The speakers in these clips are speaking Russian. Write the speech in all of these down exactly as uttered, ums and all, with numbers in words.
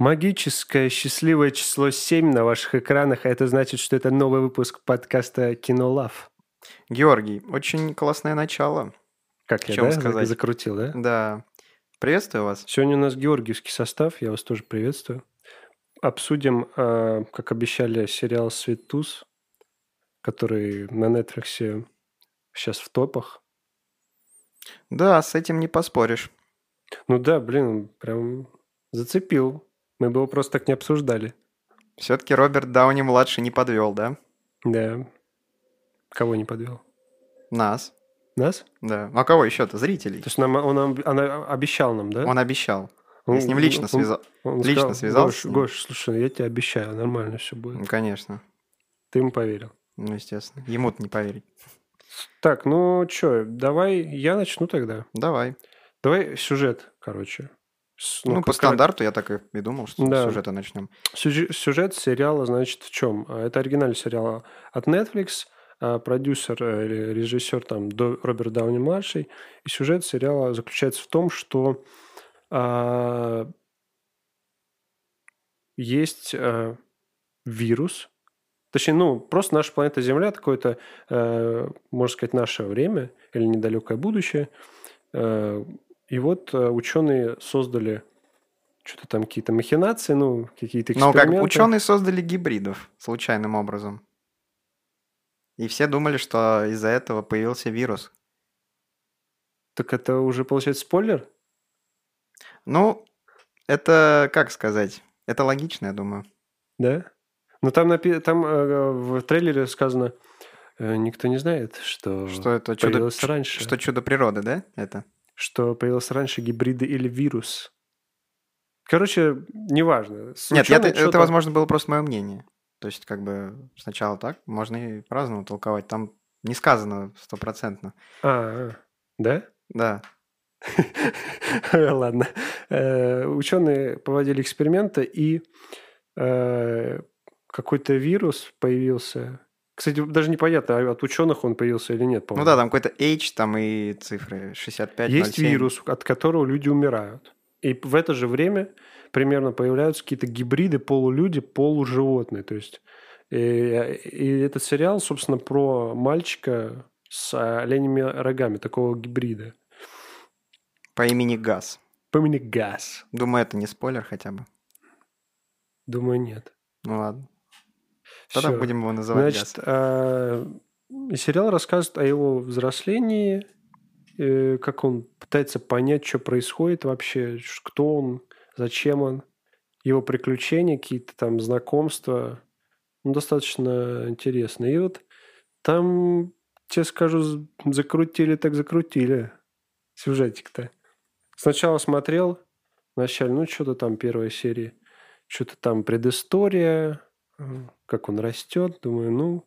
Магическое счастливое число семь на ваших экранах, а это значит, что это новый выпуск подкаста «Кинолав». Георгий, очень классное начало. Как я, Чем да, зак- сказать? закрутил, да? Да. Приветствую вас. Сегодня у нас георгиевский состав, я вас тоже приветствую. Обсудим, э, как обещали, сериал «Свет Туз», который на Netflix сейчас в топах. Да, с этим не поспоришь. Ну да, блин, прям зацепил. Мы бы его просто так не обсуждали. Все-таки Роберт Дауни-младший не подвел, да? Да. Кого не подвел? Нас. Нас? Да. Ну а кого еще-то? Зрителей. То есть нам, он нам- она обещал нам, да? Он обещал. Он, Я с ним лично, он- связа... он лично сказал: связался Гош, с ним. Гош, слушай, я тебе обещаю, нормально все будет. Ну, конечно. Ты ему поверил. Ну, естественно. Ему-то не поверить. Так, ну что, давай я начну тогда. Давай. Давай сюжет, короче. С- Ну, как- по стандарту я так и и думал, что Да. с сюжета начнем. Сюжет, сюжет сериала, значит, в чем? Это оригинальный сериал от Netflix, а продюсер э, или режиссер там До- Роберт Дауни-младший. И сюжет сериала заключается в том, что а, есть а, вирус. Точнее, ну, просто наша планета Земля, такое-то, э, можно сказать, наше время или недалекое будущее. Э, и вот э, ученые создали что-то там, какие-то махинации, ну, какие-то Ну, эксперименты. как ученые создали гибридов случайным образом. И все думали, что из-за этого появился вирус. Так это уже, получается, спойлер? Ну, это, как сказать, это логично, я думаю. Да? Но там, напи- там э, в трейлере сказано, э, никто не знает, что, Что это чудо, появилось ч- раньше. что чудо природы, да? Это. Что появилось раньше гибриды или вирус. Короче, неважно. С Нет, я, ученые это, что-то- возможно, было просто мое мнение. То есть, как бы, сначала так, можно и по-разному толковать. Там не сказано стопроцентно. А, а, да? Да. Ладно. Э, Ученые проводили эксперименты, и э, какой-то вирус появился. Кстати, даже непонятно, а от ученых он появился или нет, Ну по-моему. да, там какой-то H, там и цифры шестьдесят пять, ноль Есть семь. вирус, от которого люди умирают. И в это же время примерно появляются какие-то гибриды, полулюди, полуживотные. То есть, и, и этот сериал, собственно, про мальчика с оленями рогами, такого гибрида. По имени Газ. По имени Газ. Думаю, это не спойлер хотя бы. Думаю, нет. Ну ладно. Тогда Всё. будем его называть Значит, Газ. а, сериал рассказывает о его взрослении, э, как он пытается понять, что происходит вообще, ш- кто он, зачем он, его приключения, какие-то там знакомства. Ну, достаточно интересно. И вот там, тебе скажу, з- закрутили так закрутили сюжетик-то. Сначала смотрел, вначале, ну, что-то там первая серия, что-то там предыстория, э, как он растет. Думаю, ну,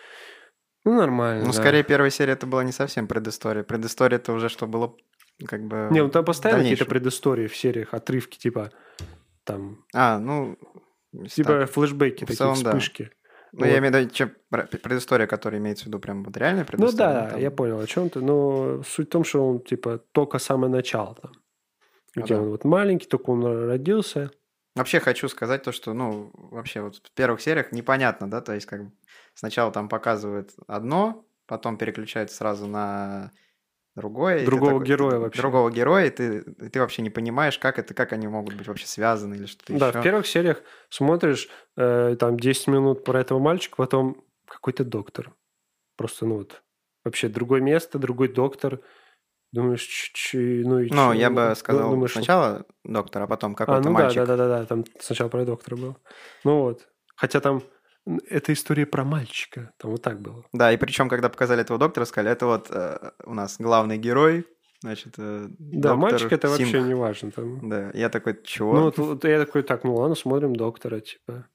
ну нормально. Ну, да. скорее, первая серия это была не совсем предыстория. Предыстория это уже что было, как бы... Не, ну там постоянно какие-то дальнейшем. предыстории в сериях, отрывки, типа там, А, ну... если типа так. флешбеки, В такие целом, да. вспышки. Ну, я Вот. имею в виду, чем пр- предыстория, которая имеется в виду прям вот реальная Ну предыстория. да, там- я понял, о чем ты. Но суть в том, что он типа только самое начало там. Ну Где да. он вот маленький, только он родился. Вообще хочу сказать то, что, ну, вообще вот в первых сериях непонятно, да, то есть как бы сначала там показывают одно, потом переключают сразу на другое. и ты Другого такой- героя ты- вообще. Другого героя, и ты, и ты вообще не понимаешь, как это, как они могут быть вообще связаны или что-то Да, еще. в первых сериях смотришь, э, там десять минут про этого мальчика, потом какой-то доктор. Просто, ну вот, вообще другое место, другой доктор. Думаешь, ч- ч- ну и Ну, чё? я бы Ну, сказал думаешь, ну, сначала доктор, а потом А, какой-то ну мальчик. да, да, да, да, да, там сначала про доктора был. Ну вот. Хотя там м, это история про мальчика. Там вот так было. Да, и причем, когда показали этого доктора, сказали, это вот э, у нас главный герой, значит, э, Да, доктор мальчик это Сингх. вообще не важно. Там. Да, я такой, чего? Ну вот, вот я такой, так, ну ладно, смотрим доктора, типа.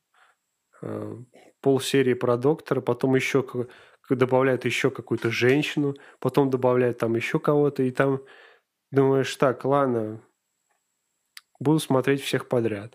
Э, полсерии про доктора, потом еще ка- ка- добавляют еще какую-то женщину, потом добавляют там еще кого-то, и там думаешь, так, ладно, буду смотреть всех подряд.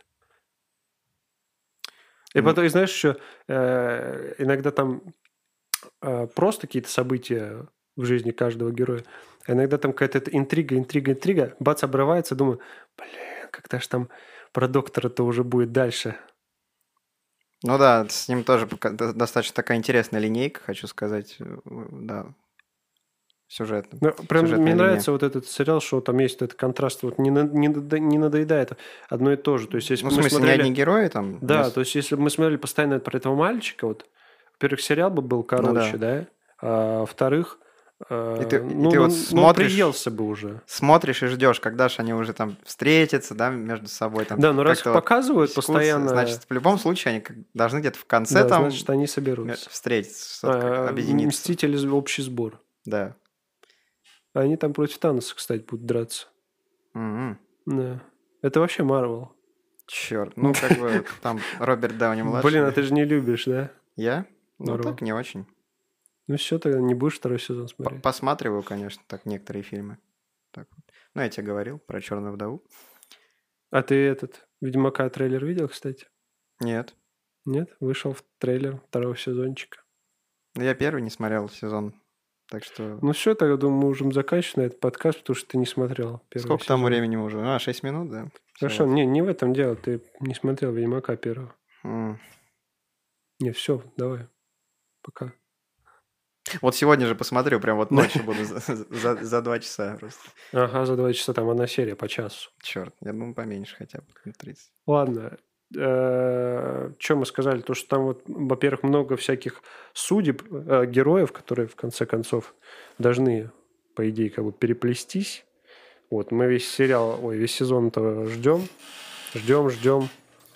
И Ну. потом, и знаешь, еще э, иногда там э, просто какие-то события в жизни каждого героя, а иногда там какая-то эта интрига, интрига, интрига, бац, обрывается, думаю, блин, когда ж там про доктора-то уже будет дальше. Ну да, с ним тоже пока- до- достаточно такая интересная линейка, хочу сказать. э, Да, сюжетная, Ну, прям сюжетная мне линия. нравится вот этот сериал, что там есть этот контраст, вот не, на- не, надо- не надоедает одно и то же. То есть, если Ну, в бы мы смысле, не смотрели... одни герои там? Да, нес- то есть, если бы мы смотрели постоянно про этого мальчика, вот, во-первых, сериал бы был Ну короче, да. да, а во-вторых, И ты, э, и ну, ты вот ну, ну, он смотришь, приелся бы уже. смотришь и ждешь, когда же они уже там встретятся, да, между собой там Да, но раз как-то вот показывают пересекутся. постоянно, Значит, в любом случае они как- должны где-то в конце да, там значит, они ме- соберутся. встретиться, что-то как А, объединиться. Мстители – общий сбор. Да. Они там против Таноса, кстати, будут драться. Мгм. Да. Это вообще Марвел. Черт, ну как бы там Роберт Дауни младший. Блин, а ты же не любишь, да? Я? Ну Марвел. так не очень. Ну все, тогда не будешь второй сезон П- смотреть. Посматриваю, конечно, так некоторые фильмы. Так вот. Ну, я тебе говорил про Черную вдову. А ты этот Ведьмака трейлер видел, кстати? Нет. Нет? Вышел в трейлер второго сезончика. Ну, я первый не смотрел сезон. Так что... Ну все, тогда думаю, мы можем заканчивать на этот подкаст, потому что ты не смотрел первый Сколько там сезон. времени уже? А, шесть минут, да? Хорошо, Всего. не, не в этом дело, ты не смотрел Ведьмака первого. М. Не, все, давай. Пока. Вот сегодня же посмотрю, прям вот ночью буду за, за- за два часа просто. Ага, за два часа там одна серия по часу. Черт, я думаю, поменьше хотя бы, минут тридцать. Ладно. Что мы сказали? То, что там, вот, во-первых, много всяких судеб, э, героев, которые, в конце концов, должны, по идее, как бы переплестись. Вот, мы весь сериал, ой, весь сезон-то ждем. Ждем, ждем.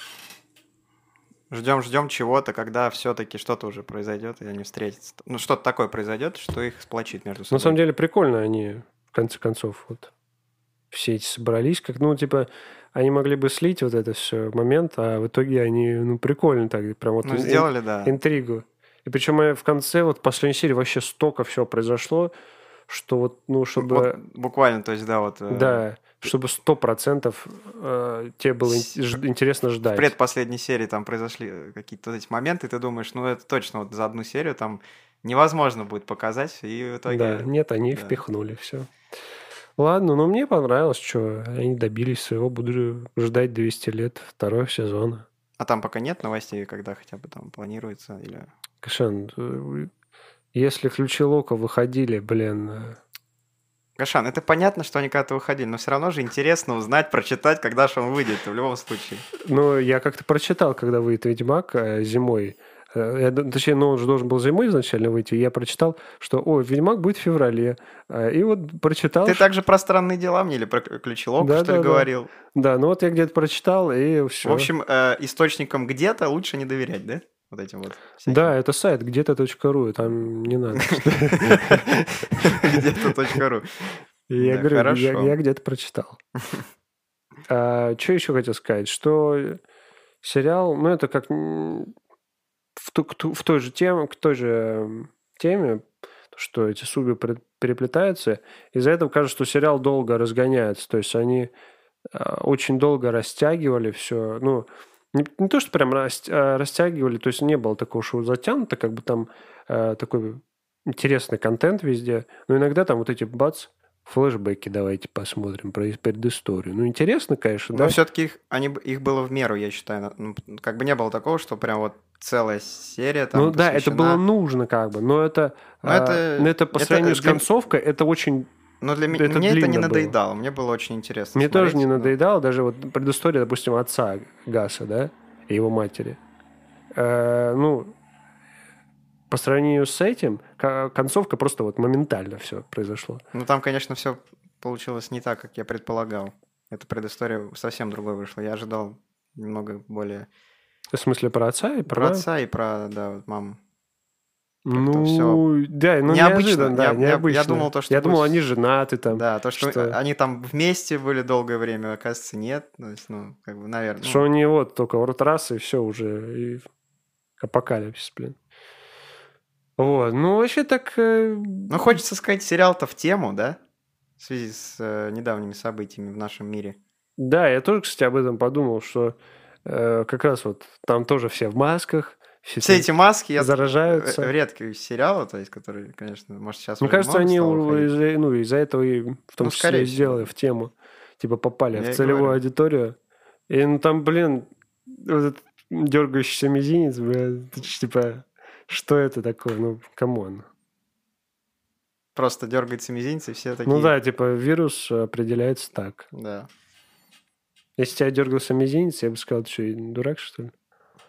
Ждем, ждем чего-то, когда все-таки что-то уже произойдет, и они встретятся. Ну, что-то такое произойдет, что их сплочит между собой. На самом деле прикольно они, в конце концов, вот все эти собрались, как, ну, типа, они могли бы слить вот это все момент, а в итоге они, ну, прикольно так, прям вот Ну, ин- сделали, да. интригу. И причем в конце, вот в последней серии вообще столько всего произошло, что вот, ну, чтобы... Вот буквально, то есть, да, вот... э, Да, чтобы сто процентов э, тебе было ин- С- ж- интересно В ждать. предпоследней серии там произошли э, какие-то вот эти моменты, и ты думаешь, ну, это точно вот за одну серию там невозможно будет показать, и в итоге... Да, нет, они да. впихнули все. Ладно, ну мне понравилось, что они добились своего, буду ждать двести лет второго сезона. А там пока нет новостей, когда хотя бы там планируется, или... Кашан, э, если ключи Лока выходили, блин, э, Гашан, это понятно, что они когда-то выходили, но все равно же интересно узнать, прочитать, когда же он выйдет, в любом случае. ну, я как-то прочитал, когда выйдет «Ведьмак» э, зимой. Э, я д- точнее, ну, он же должен был зимой изначально выйти. И я прочитал, что, ой, «Ведьмак» будет в феврале. Э, И вот прочитал... Ты что- также про странные дела мне или про ключи Лока, Да, что ли, да, да. говорил? Да, ну вот я где-то прочитал, и все. В общем, э, источникам где-то лучше не доверять, да? Вот этим вот. всяким. Да, это сайт где-то точка ру, и там не надо. Где-то точка ру. Я Да, говорю, я, хорошо. я где-то прочитал. А, что еще хотел сказать? Что сериал, ну, это как м, в, ту- к ту- в той же теме, к той же м, теме, что эти судьбы пре- переплетаются. Из-за этого кажется, что сериал долго разгоняется. То есть они а, очень долго растягивали все. Ну, не, не то, что прям рас- а, растягивали, то есть не было такого, что затянуто, как бы там а, такой интересный контент везде. Но иногда там вот эти бац, флешбеки давайте посмотрим про предысторию. Ну, интересно, конечно, Но да? все-таки их, они, б- их было в меру, я считаю. Ну, как бы не было такого, что прям вот целая серия там Ну да, это посвящена- было нужно как бы, но это, Но а, это- но это по это сравнению с для- концовкой, это очень... Но для меня это мне это не длинно было. надоедало. Мне было очень интересно Мне тоже не смотреть, но- надоедало, даже вот предыстория, допустим, отца Гаса, да, и его матери. Э, ну, по сравнению с этим, ко- концовка просто вот моментально все произошло. Ну, там, конечно, все получилось не так, как я предполагал. Эта предыстория совсем другой вышла. Я ожидал немного более В смысле про отца и про, про маму? отца и про, да, вот маму. Ну, всё да, ну необычно. неожиданно, да, Я- я- я необычно. думал, то, что Я будет думал, с- они женаты там. Да, то, что, что- они там вместе были долгое время, оказывается, нет. То есть, ну, как бы, наверное. Что они вот только вот раз, и все уже, и апокалипсис, блин. Вот, ну вообще так... э, Ну, хочется сказать, сериал-то в тему, да? В связи с э, недавними событиями в нашем мире. Да, я тоже, кстати, об этом подумал, что э, как раз вот там тоже все в масках, все, Все эти маски, я заражаются. э, редкие сериалы, то есть, которые, конечно, может, сейчас Мне уже кажется, много они стало у- выходить. из-за ну, из-за этого и в том Ну, числе скорее и всего. сделали в тему. Типа попали Я в и целевую говорю. аудиторию, И ну там, блин, вот этот дергающийся мизинец, бля, это ж, типа, что это такое? Ну, камон. Просто дергается мизинец, и все Ну такие... да, типа, вирус определяется так. Да. Если тебя дергался мизинец, я бы сказал, ты что, дурак, что ли?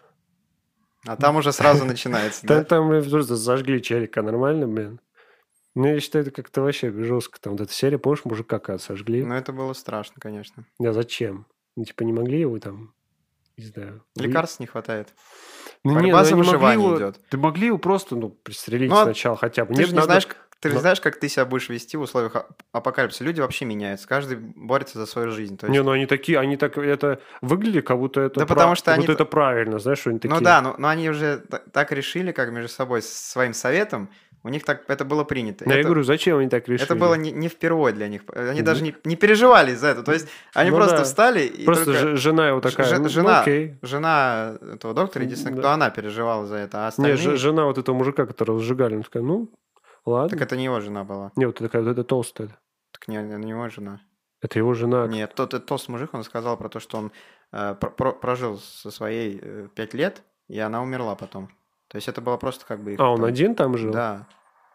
А там уже сразу начинается, Там, да? там блин, просто зажгли челика нормально, блин. Ну, я считаю, это как-то вообще жестко. Там вот эта серия, помнишь, мужика как сожгли? Ну, это было страшно, конечно. Да зачем? Ну, типа, не могли его там, не знаю... вы- Лекарств не хватает. Ну, Борьба не, ну, за они могли выживание его... идет. Ты могли его просто, ну, пристрелить Ну, а сначала хотя бы. Ты Нет, же не надо- знаешь, как- ты же но- знаешь, как ты себя будешь вести в условиях а- апокалипсиса. Люди вообще меняются. Каждый борется за свою жизнь. То есть... Не, ну они такие, они так, это выглядели, как будто это, Да пра- потому что как они будто т- это правильно, знаешь, что они такие. Ну да, но, но они уже т- так решили, как между собой, с своим советом. У них так это было принято. Но я это, говорю, зачем они так решили? это было не, не впервые для них. Они Мгм. даже не, не переживали из-за этого. То есть они Ну просто да. встали и Просто только... ж- жена его Ж- такая, ж- ну, ну, жена, окей. жена этого доктора, единственное, Да. кто она переживала за это, а Не, остальные... ж- жена вот этого мужика, которого сжигали, она такая, ну, ладно. Так это не его жена была. Не, вот такая, вот эта толстая. Так не, не его жена. Это его жена. Нет, тот, тот толстый мужик, он сказал про то, что он э, про- про- прожил со своей э, пять лет, и она умерла потом. То есть это было просто как бы их... А, он там- один там жил? Да.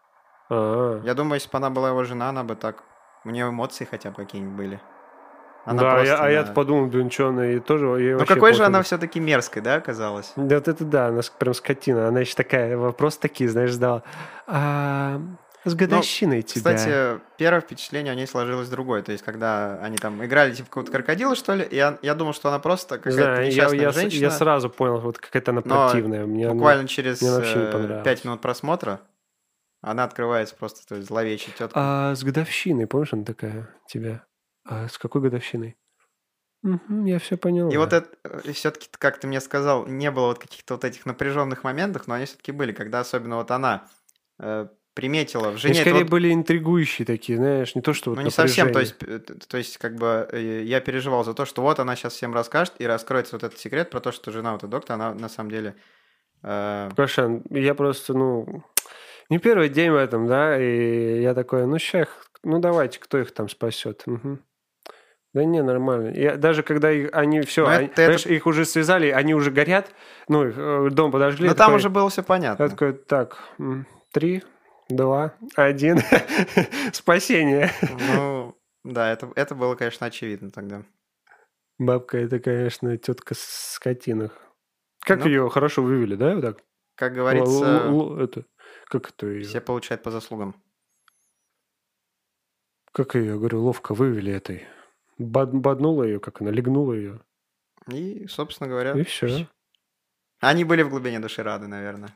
А, Я думаю, если бы она была его жена, она бы так... У нее эмоции хотя бы какие-нибудь были. Она да, просто, я- а я да. подумал, блин, что она и тоже... ей Ну вообще какой же пофиг. она все-таки мерзкой, да, оказалась? Да вот это да, она с- прям скотина. Она еще такая, вопрос такие, знаешь, задала. А, с годовщиной тебя. Кстати, первое впечатление о ней сложилось другое. То есть, когда они там играли типа какого-то крокодила, что ли, и я, я думал, что она просто Не какая-то знаю, я, несчастная я, с- женщина. я сразу понял, вот какая-то она Но противная. Мне она- Буквально через мне вообще не э, понравилось. пять минут просмотра она открывается просто, то есть зловещей теткой. А с годовщиной, помнишь, она такая тебя? А с какой годовщиной? Мгм, я все понял. И вот это все-таки, как ты мне сказал, не было вот каких-то вот этих напряженных моментов, но они все-таки были, когда особенно вот она э, приметила в Они жене. это скорее вот- были интригующие такие, знаешь, не то, что вот ну, не совсем, то напряжение. есть, э, то есть, как бы э, я переживал за то, что вот она сейчас всем расскажет, и раскроется вот этот секрет про то, что жена вот этого доктора, она на самом деле... э, Кашан, я просто, ну, не первый день в этом, да, и я такой, ну, ща их, ну, давайте, кто их там спасет? Мгм. Да не, нормально. Я, даже когда их- они все, Ну, это- знаешь, их уже связали, они уже горят, ну, их, э, дом подожгли. Ну, я там такой- уже было все понятно. Я такой, так, м, три, два, один, спасение. Ну, да, это, это было, конечно, очевидно тогда. Бабка, это, конечно, тетка скотинах. Как Ну. ее хорошо вывели, да, вот так? Как Л- говорится, л- л- это, как это ее? все получают по заслугам. Как ее, я говорю, ловко вывели этой. Бод- Боднула ее, как она, легнула ее. И, собственно говоря, И все. они были в глубине души рады, наверное.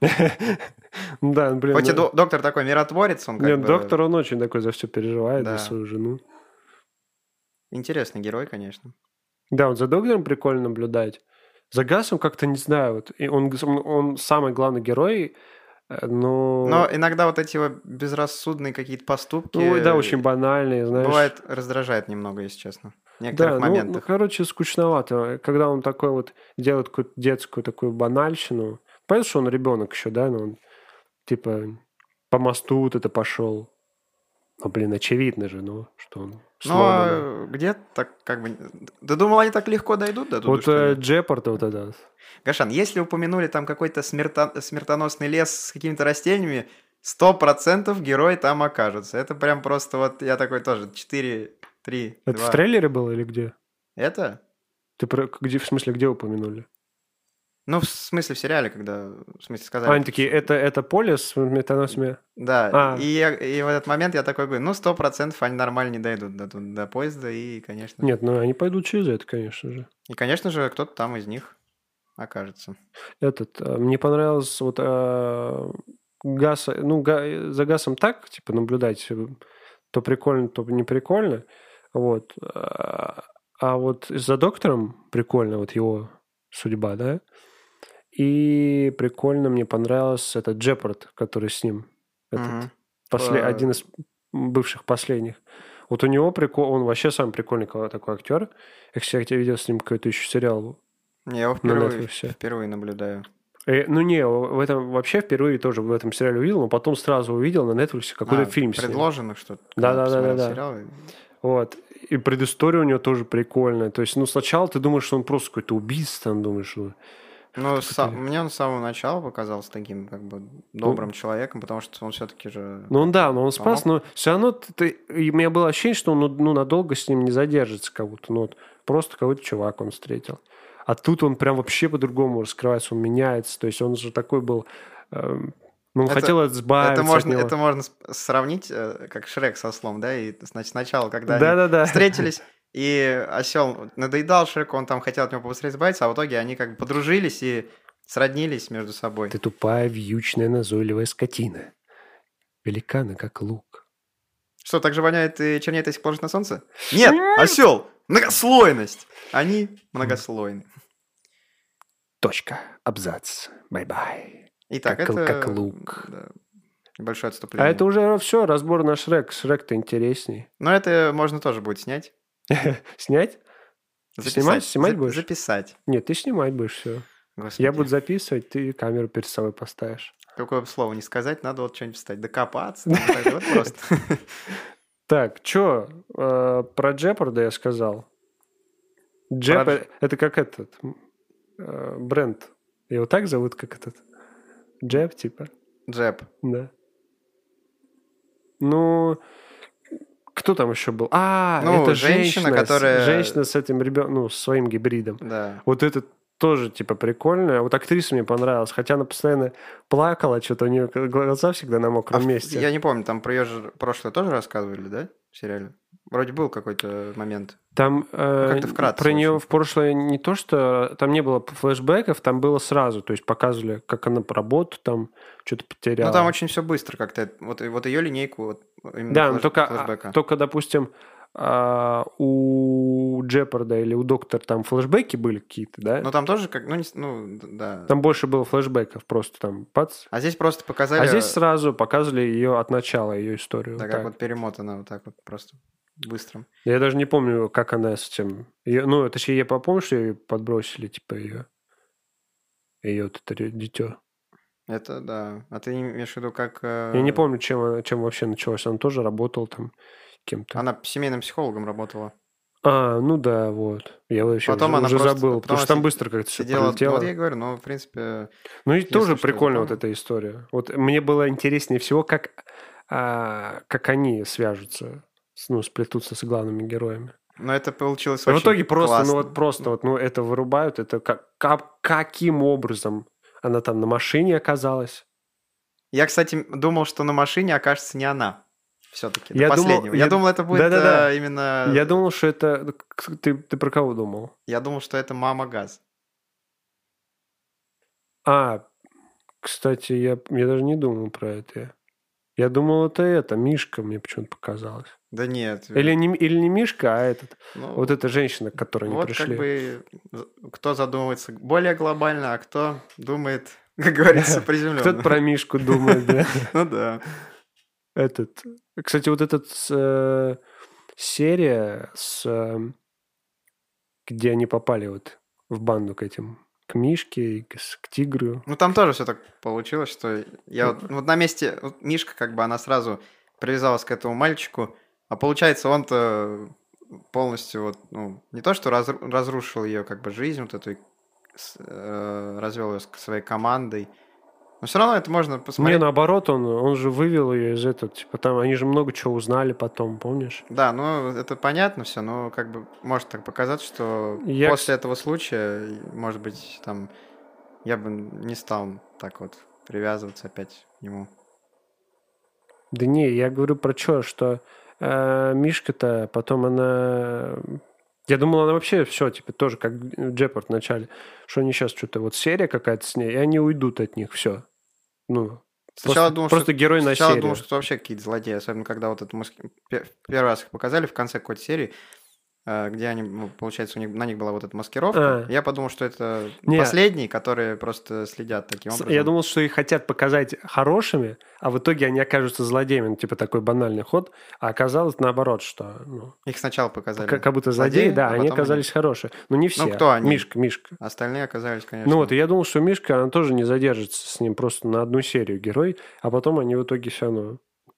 Да, блин. Хоть и ну, до- доктор такой миротворец, он как нет, бы доктор, он очень такой за все переживает, Да. за свою жену. интересный герой, конечно. Да, вот за доктором прикольно наблюдать. За Гасом как-то не знаю. Вот, и он, он, он самый главный герой, э, но... Но иногда вот эти вот безрассудные какие-то поступки Ну, да, очень банальные, знаешь. бывает раздражает немного, если честно. В Да, некоторых ну, ну, моментах. короче, скучновато. Когда он такой вот делает какую-то детскую такую банальщину. Понятно, что он ребенок еще, да, но он типа по мосту вот это пошел. Ну, блин, очевидно же, ну, что он Ну, сломанный. а где так как бы... Ты думал, они так легко дойдут до туда, Вот что э, ли? Джепард вот этот. Гашан, если упомянули там какой-то смерто- смертоносный лес с какими-то растениями, сто процентов герой там окажется. Это прям просто вот, я такой тоже, четыре, три, Это два. в трейлере было или где? Это? Ты про, где, в смысле, где упомянули? Ну, в смысле, в сериале, когда, в смысле, А, сказали. они такие, это, это поле с метаносами? Да, А. и, я- и в этот момент я такой говорю, ну, сто процентов они нормально не дойдут до, туда- до поезда, и, конечно... Нет, ну они пойдут через это, конечно же. И, конечно же, кто-то там из них окажется. Этот, э, мне понравилось вот э, Гаса, ну, Га- за Гасом так, типа, наблюдать, э, то прикольно, то не прикольно, вот. А а вот за доктором прикольно, вот его судьба, да, и прикольно мне понравился этот Джепард, который с ним, этот, Мгм. после, По- один из бывших последних. Вот у него прикол, он вообще самый прикольный ко- такой актер. Я, кстати, видел с ним какой-то еще сериал. Я его На впервые, Netflix. впервые наблюдаю. Э, ну не, в этом вообще впервые тоже в этом сериале увидел, но потом сразу увидел на Netflix какой-то А, фильм с ним. предложенных что-то. Да, когда да, да, посмотрел да, да. сериал, и- Вот. И предыстория у него тоже прикольная. То есть, ну, сначала ты думаешь, что он просто какой-то убийца, там думаешь, ну... Ну, кто са- такой? мне он с самого начала показался таким, как бы, добрым человеком, потому что он все-таки же Ну, он, как-то да, но он спас, помог. но все равно ты, ты- и у меня было ощущение, что он ну, ну, надолго с ним не задержится как будто. Ну, вот просто какой-то чувак он встретил. А тут он прям вообще по-другому раскрывается, он меняется. То есть он же такой был... эм, ну, он Это, хотел это избавиться от можно, него. это можно с- сравнить, э, как Шрек со ослом, да, и значит, сначала, когда они Да-да-да. встретились, и осел надоедал Шреку, он там хотел от него побыстрее избавиться, а в итоге они как бы подружились и сроднились между собой. Ты тупая, вьючная, назойливая скотина. Великаны, как лук. Что, так же воняет и чернеет, если положить на солнце? Нет, осел! Многослойность! Они многослойны. Точка. Абзац. Бай-бай. Итак, Как, это как лук. да, небольшое А отступление. это уже все, разбор на Шрек. Шрек-то интересней. Но это можно тоже будет снять. Снять? Ты Записать. снимать? Снимать За- будешь? Записать. Нет, ты снимать будешь все. Господи. Я буду записывать, ты камеру перед собой поставишь. Какое бы слово не сказать, надо вот что-нибудь встать. Докопаться. там, вот так вот просто. Так, что, про Джепарда я сказал. Джеп, Про Дж- это как этот э, бренд. Его так зовут, как этот? Джеп, типа? Джеб. Да. Ну, кто там еще был? А, Ну, это женщина, женщина, с- которая- женщина с этим ребенком, ну, с своим гибридом. Да. Вот это тоже, типа, прикольно. Вот актриса мне понравилась, хотя она постоянно плакала, что-то у нее глаза всегда на А мокром в- месте. я не помню, там про ее же прошлое тоже рассказывали, да? В сериале? Вроде был какой-то момент. Там э, как-то вкратце про нее очень. в прошлое не то, что там не было флешбеков, там было сразу, то есть показывали, как она по работу там что-то потеряла. Ну, там очень все быстро как-то. Вот, вот ее линейку, вот именно Да, но флэш- только, флешбека. а, только, допустим, а, у Джепарда или у Доктора там флешбеки были какие-то, да? Ну, там тоже как, ну, не с- ну, д- да. Там больше было флешбеков, просто там пац. А здесь просто показали, А здесь сразу показывали ее от начала, ее историю. да, вот как так. вот перемотано вот так вот просто быстро. Я даже не помню, как она с этим... её- ну, точнее, я помню, что ее подбросили, типа, ее... Ее вот это ре- дитё. Это да. А ты имеешь в виду, как... э, Я не помню, чем, она- чем вообще началось. Она тоже работала там кем-то. Она семейным психологом работала. А, ну да, вот. Я вообще Потом уже, она уже просто- забыл, потом потому что она там си- быстро как-то все Сидела... полетело. Вот я и говорю, ну, в принципе... Ну и если тоже что, прикольно вот запомнил. эта история. Вот мне было интереснее всего, как, а, как они свяжутся, с- ну, сплетутся с главными героями. Но это получилось А в очень итоге просто, классно. ну вот просто вот, ну это вырубают, это как, как- каким образом она там на машине оказалась? Я, кстати, думал, что на машине окажется не она. Все-таки, Я до думал- последнего. Я, я- думал, это будет Да-да-да. э, именно... Я думал, что это... Ты, ты про кого думал? Я думал, что это мама Газ. А, кстати, я, я даже не думал про это. Я думал, это это, Мишка, мне почему-то показалось. Да нет. Или не, или не Мишка, а этот, ну, вот эта женщина, к которой они вот пришли. как бы з- кто задумывается более глобально, а кто думает, как говорится, приземленно. Кто-то про Мишку думает, да. Ну да. Этот. Кстати, вот эта э, серия, с, э, где они попали вот в банду к этим, к Мишке, и к, с- к Тигру. Ну там тоже все так получилось, что я вот, вот на месте вот Мишка, как бы она сразу привязалась к этому мальчику, а получается он-то полностью вот, ну, не то, что разру- разрушил ее как бы жизнь, вот эту, с- э, развел ее с своей командой, но все равно это можно Не, посмотреть. наоборот, он, он же вывел ее из этого, типа там, они же много чего узнали потом, помнишь? Да, ну это понятно все, но как бы может так показаться, что Я, после этого случая, может быть, там я бы не стал так вот привязываться опять к нему. Да не, я говорю про что, что э, Мишка-то потом она... Я думал, она вообще все, типа, тоже как Джепард в начале, что они сейчас что-то, вот серия какая-то с ней, и они уйдут от них, все. Ну, Сначала просто, думал, просто что, герой на сначала серию. думал, что это вообще какие-то злодеи, особенно когда вот это маски... пе- первый раз их показали в конце какой-то серии, э, где они, ну, получается, у них, на них была вот эта маскировка. А. Я подумал, что это Не. последние, которые просто следят таким С- образом. Я думал, что их хотят показать хорошими, а в итоге они окажутся злодеями. Ну, типа такой банальный ход. А оказалось наоборот, что ну, Их сначала показали. как, как будто злодеи, да, а они потом оказались хорошие. Но не все. кто они? Мишка, Мишка. Остальные оказались, конечно. Ну вот, и я думал, что Мишка, она тоже не задержится с ним просто на одну серию герой, а потом они в итоге все равно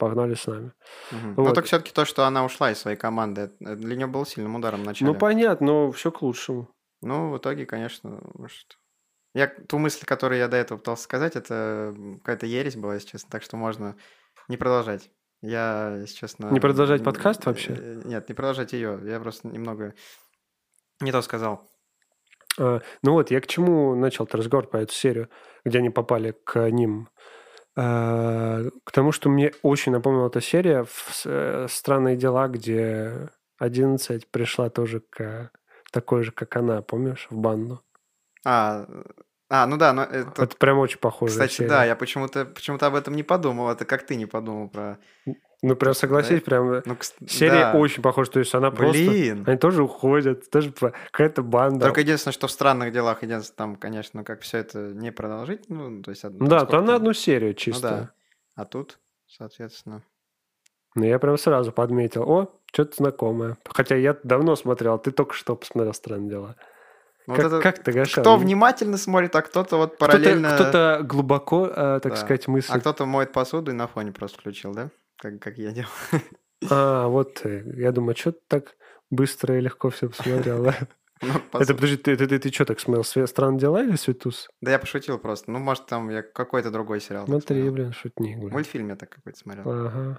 погнали с нами. Мгм. Вот. Но так все-таки то, что она ушла из своей команды, это для нее было сильным ударом в начале. Ну, понятно, но все к лучшему. Ну, в итоге, конечно, может... Я ту мысль, которую я до этого пытался сказать, это какая-то ересь была, если честно, так что можно не продолжать. Я, если честно... Не продолжать н- подкаст э, вообще? Нет, не продолжать ее. Я просто немного не то сказал. А, ну вот, я к чему начал-то разговор по эту серию, где они попали к ним. А, к тому, что мне очень напомнила эта серия в с- э, «Странные дела», где одиннадцать пришла тоже к такой же, как она, помнишь, в банду. А, а, ну да, но это... Это прям очень похожая Кстати, серия. да, я почему-то почему-то об этом не подумал. Это как ты не подумал про... Ну, прям то, согласись, да? прям Ну, кс- серия да. очень похожа. То есть она просто... Блин. Они тоже уходят, тоже по- какая-то банда. Только единственное, что в странных делах, единственное, там, конечно, как все это не продолжить, ну, то есть... од- там Да, сколько то на там? одну серию Ну чисто. да. А тут, соответственно... Ну, я прям сразу подметил. О, что-то знакомое. Хотя я давно смотрел, а ты только что посмотрел «Странные дела». Ну, Как, вот это... как ты, Гоша? Кто Ну, внимательно смотрит, а кто-то вот кто-то, параллельно... кто-то глубоко, э, так Да. сказать, А мыслит. кто-то моет посуду и на фоне просто включил, да? Как, как я делал. А, вот ты. Я думаю, что ты так быстро и легко все посмотрел, да? Ну, Это, посуду. подожди, ты, ты, ты, ты что так смотрел? «Све- «Странные дела» или «Светус»? Да я пошутил просто. Ну, может, там я какой-то другой сериал так Смотри, смотрел. блин, шутник, блин. Мультфильм я так какой-то смотрел. Ага.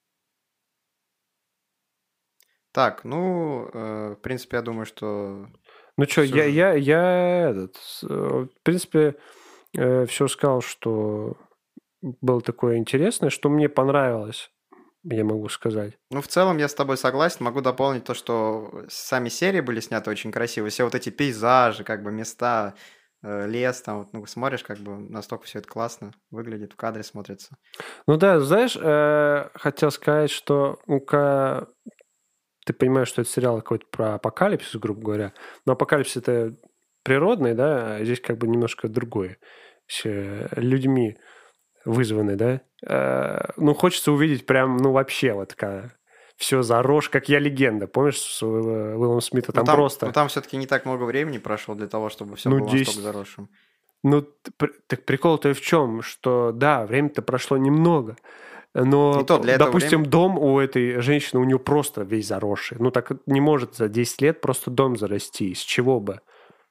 Так, ну, э, в принципе, я думаю, что... Ну что, Всё я, же. я, я, этот, с- э, в принципе, все сказал, что было такое интересное, что мне понравилось, я могу сказать. Ну, в целом, я с тобой согласен. Могу дополнить то, что сами серии были сняты очень красиво. Все вот эти пейзажи, как бы места, э, лес, там, вот, ну, смотришь, как бы настолько все это классно выглядит, в кадре смотрится. Ну да, знаешь, э, хотел сказать, что ну-ка, ты понимаешь, что это сериал какой-то про апокалипсис, грубо говоря, но апокалипсис это природный, да, а здесь как бы немножко другое, с э, людьми вызванный, да. Э, ну, хочется увидеть прям, ну, вообще вот такая все заросшь, как «Я легенда». Помнишь, с э, Уиллом Смита? Ну, Там там, просто... ну, там все-таки не так много времени прошло для того, чтобы все Ну, было настолько десять. заросшим. Ну, т- пр- так прикол-то и в чем, что да, время-то прошло немного, но, И то для этого допустим, времени... дом у этой женщины, у нее просто весь заросший. Ну, так не может за десять лет просто дом зарасти. С чего бы?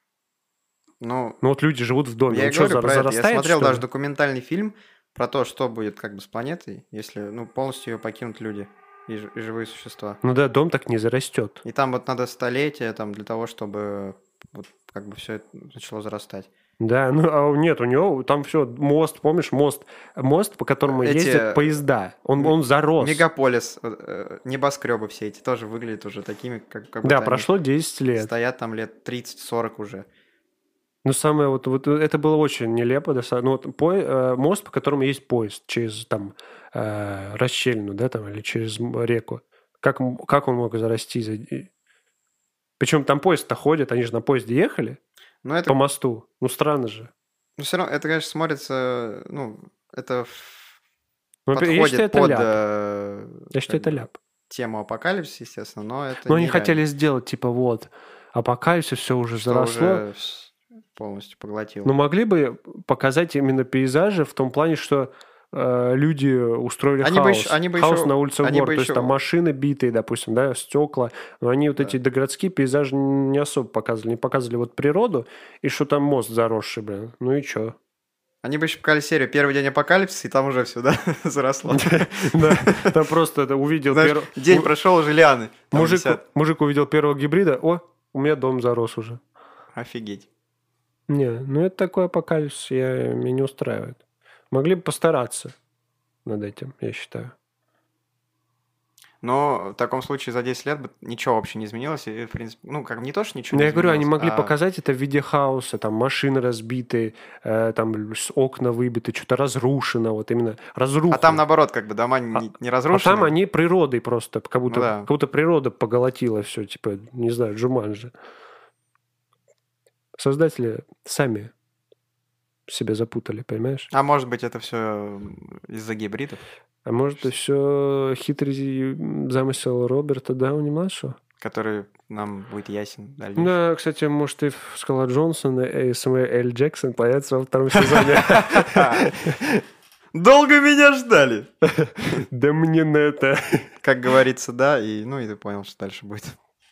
Ну, Ну, вот люди живут в доме. я Он и что, говорю зар- про это. Я зарастает, смотрел что ли? даже документальный фильм про то, что будет как бы с планетой, если, ну, полностью ее покинут люди и, ж- и живые существа. Ну да, дом так не зарастет. И там вот надо столетия там для того, чтобы вот как бы все это начало зарастать. Да, ну а нет, у него там все, мост, помнишь, мост, мост, по которому Эти, ездят поезда, он, м- он зарос. Мегаполис, э, небоскребы все эти тоже выглядят уже такими, как, как Да, будто прошло десять они лет. стоят там лет тридцать-сорок уже. Ну, самое вот, вот это было очень нелепо. доста- Ну, вот по- э, мост, по которому есть поезд через там э, расщелину, да, там, или через м- реку. Как, м- как он мог зарасти? За... Причем там поезд-то ходит, они же на поезде ехали Но это, по мосту. Ну, странно же. ну, все равно, это, конечно, смотрится, ну, это в- Ну, во-первых, я считаю, подходит это под ляп. э, Я считаю, как это бы ляп. тему апокалипсиса, естественно, но это Но они нереально. хотели сделать, типа, вот, апокалипсис, все уже Что заросло. уже вс- полностью поглотил. Но могли бы показать именно пейзажи в том плане, что э, люди устроили Они бы хаос. ещё- они бы хаос ещё- на улице они бы города. То есть ещё- там машины битые, допустим, да, стекла. Но они вот Да. эти догородские пейзажи не особо показывали. Не показывали вот природу и что там мост заросший, блин. Ну и чё? Они бы еще показали серию «Первый день апокалипсиса», и там уже все, да, заросло. Да, там просто это увидел... Знаешь, перв- день у- прошел, уже лианы там Мужик висят. мужик увидел первого гибрида. О, у меня дом зарос уже. Офигеть. Не, ну это такой апокалипсис, я, меня не устраивает. Могли бы постараться над этим, я считаю. Но в таком случае за десять лет бы ничего вообще не изменилось. И, в принципе, ну, как не то, что ничего Ну, не я говорю, они изменилось, могли а- показать это в виде хаоса, там машины разбиты, э, там с- окна выбиты, что-то разрушено, вот именно разруха. А там, наоборот, как бы дома не, не А разрушены. там они природой просто, как будто, Ну да. как будто природа поглотила все, типа, не знаю, Джуманджи. Создатели сами себя запутали, понимаешь? А может быть, это все из-за гибридов? А может, это все хитрый замысел Роберта Дауни-младшего? Который нам будет ясен дальше. Да, кстати, может, и Скала Джонсон и Сэмюэл Л. Джексон появятся во втором сезоне. Долго меня ждали. Да мне на это. Как говорится, да, и ну и ты понял, что дальше будет.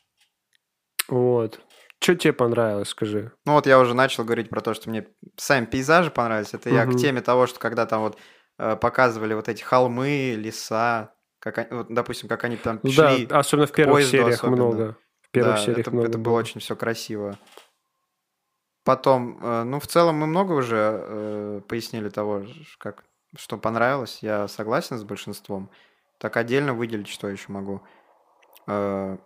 Вот. Что тебе понравилось, скажи? Ну вот я уже начал говорить про то, что мне сами пейзажи понравились. Это я к Мгм. теме того, что когда там вот э, показывали вот эти холмы, леса, как они, вот, допустим, как они там Ну да, шли особенно в к первых поезду сериях особенно. много. В первых Да, сериях это, много это было было. очень все красиво. Потом, э, ну в целом мы много уже э, пояснили того, ж- как, что понравилось. Я согласен с большинством. Так отдельно выделить, что еще могу. Э,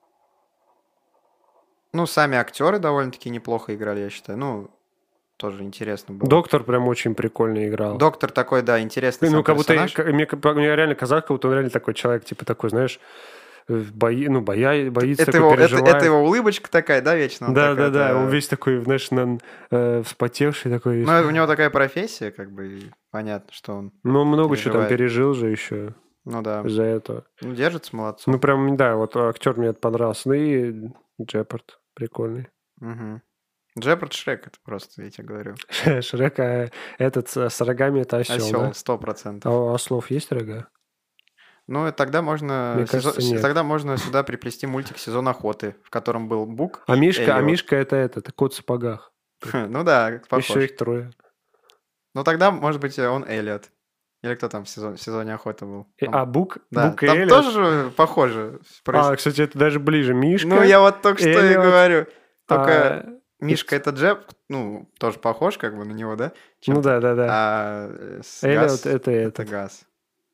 ну, сами актеры довольно-таки неплохо играли, я считаю. Ну, тоже интересно было. Доктор прям очень прикольно играл. Доктор такой, да, интересный Ну, сам как будто, персонаж. как- мне, как- мне реально казалось, как будто он реально такой человек, типа такой, знаешь, э, бои, ну, боя, боится, Это такой его, это, переживает. это его улыбочка такая, да, вечно он Да, так да, да, это- он весь такой, знаешь, на, э, вспотевший такой весь. Ну, у него такая профессия, как бы, и понятно, что он Ну, он много чего там переживает. пережил же еще Ну да. из-за этого. Ну, держится молодцом. Ну, прям, да, вот актер мне это понравился. Ну и Джепард прикольный. Угу. Джепард Шрек, это просто, я тебе говорю. Шрек, а этот с с рогами это осел, Осел, да? сто процентов. А у ослов есть рога? Ну, и тогда можно, Мне сезон- кажется, нет. тогда можно сюда приплести мультик «Сезон охоты», в котором был Бук А и Мишка, а Эллиот. Мишка это этот, кот в сапогах. Ну да, похож. Еще их трое. Ну тогда, может быть, он Эллиот. Или кто там в, сезон- в сезоне охоты был? И- Там- А Бук, Да, Бук и там Эллиот? тоже похоже. проис- А, кстати, это даже ближе. Мишка. Ну, я вот только что и Эллиот, говорю. Только а, Мишка это Джеб, ну, тоже похож как бы на него, да? Ну Чем-то. да, да, да. А э, с Эллиот Газ это это этот. Газ.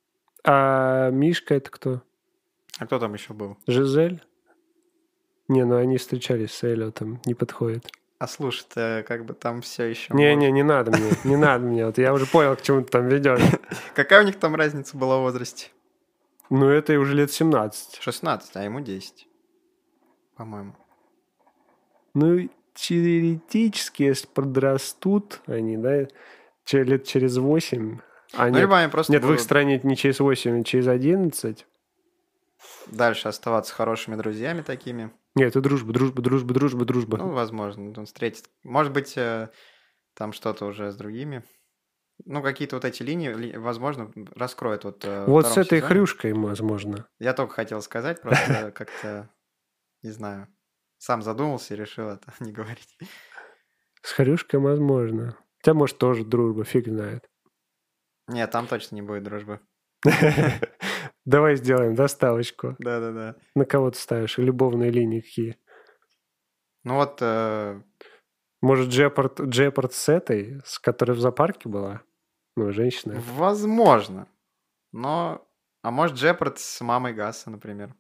А Мишка это кто? А кто там еще был? Жизель? Не, ну они встречались с Эллиотом, не подходит. А слушай-то, как бы там все еще. Не-не, не надо мне, не надо мне. Вот я уже понял, к чему ты там ведешь. Какая у них там разница была в возрасте? Ну, это уже лет семнадцать. шестнадцать, а ему десять. По-моему. Ну, теоретически, если подрастут они, да, че- лет через восемь. А Ну, нет, либо они просто нет, в их будут стране не через восемь, а через одиннадцать. дальше оставаться хорошими друзьями такими. Нет, это дружба, дружба, дружба, дружба, дружба. Ну, возможно, он встретит. Может быть, э, там что-то уже с другими. Ну, какие-то вот эти линии, ли- возможно, раскроют вот э, во Вот с втором этой сезоне. хрюшкой, возможно. Я только хотел сказать, просто как-то, не знаю, сам задумался и решил это не говорить. С хрюшкой возможно. Хотя, может, тоже дружба, фиг знает. Нет, там точно не будет дружбы. Давай сделаем доставочку. Да-да-да. На кого ты ставишь? Любовные линии какие? Ну вот, э, Может, Джепард, Джепард с этой, с которой в зоопарке была? Ну, женщина. эта. возможно. Но... А может, Джепард с мамой Гасса, например.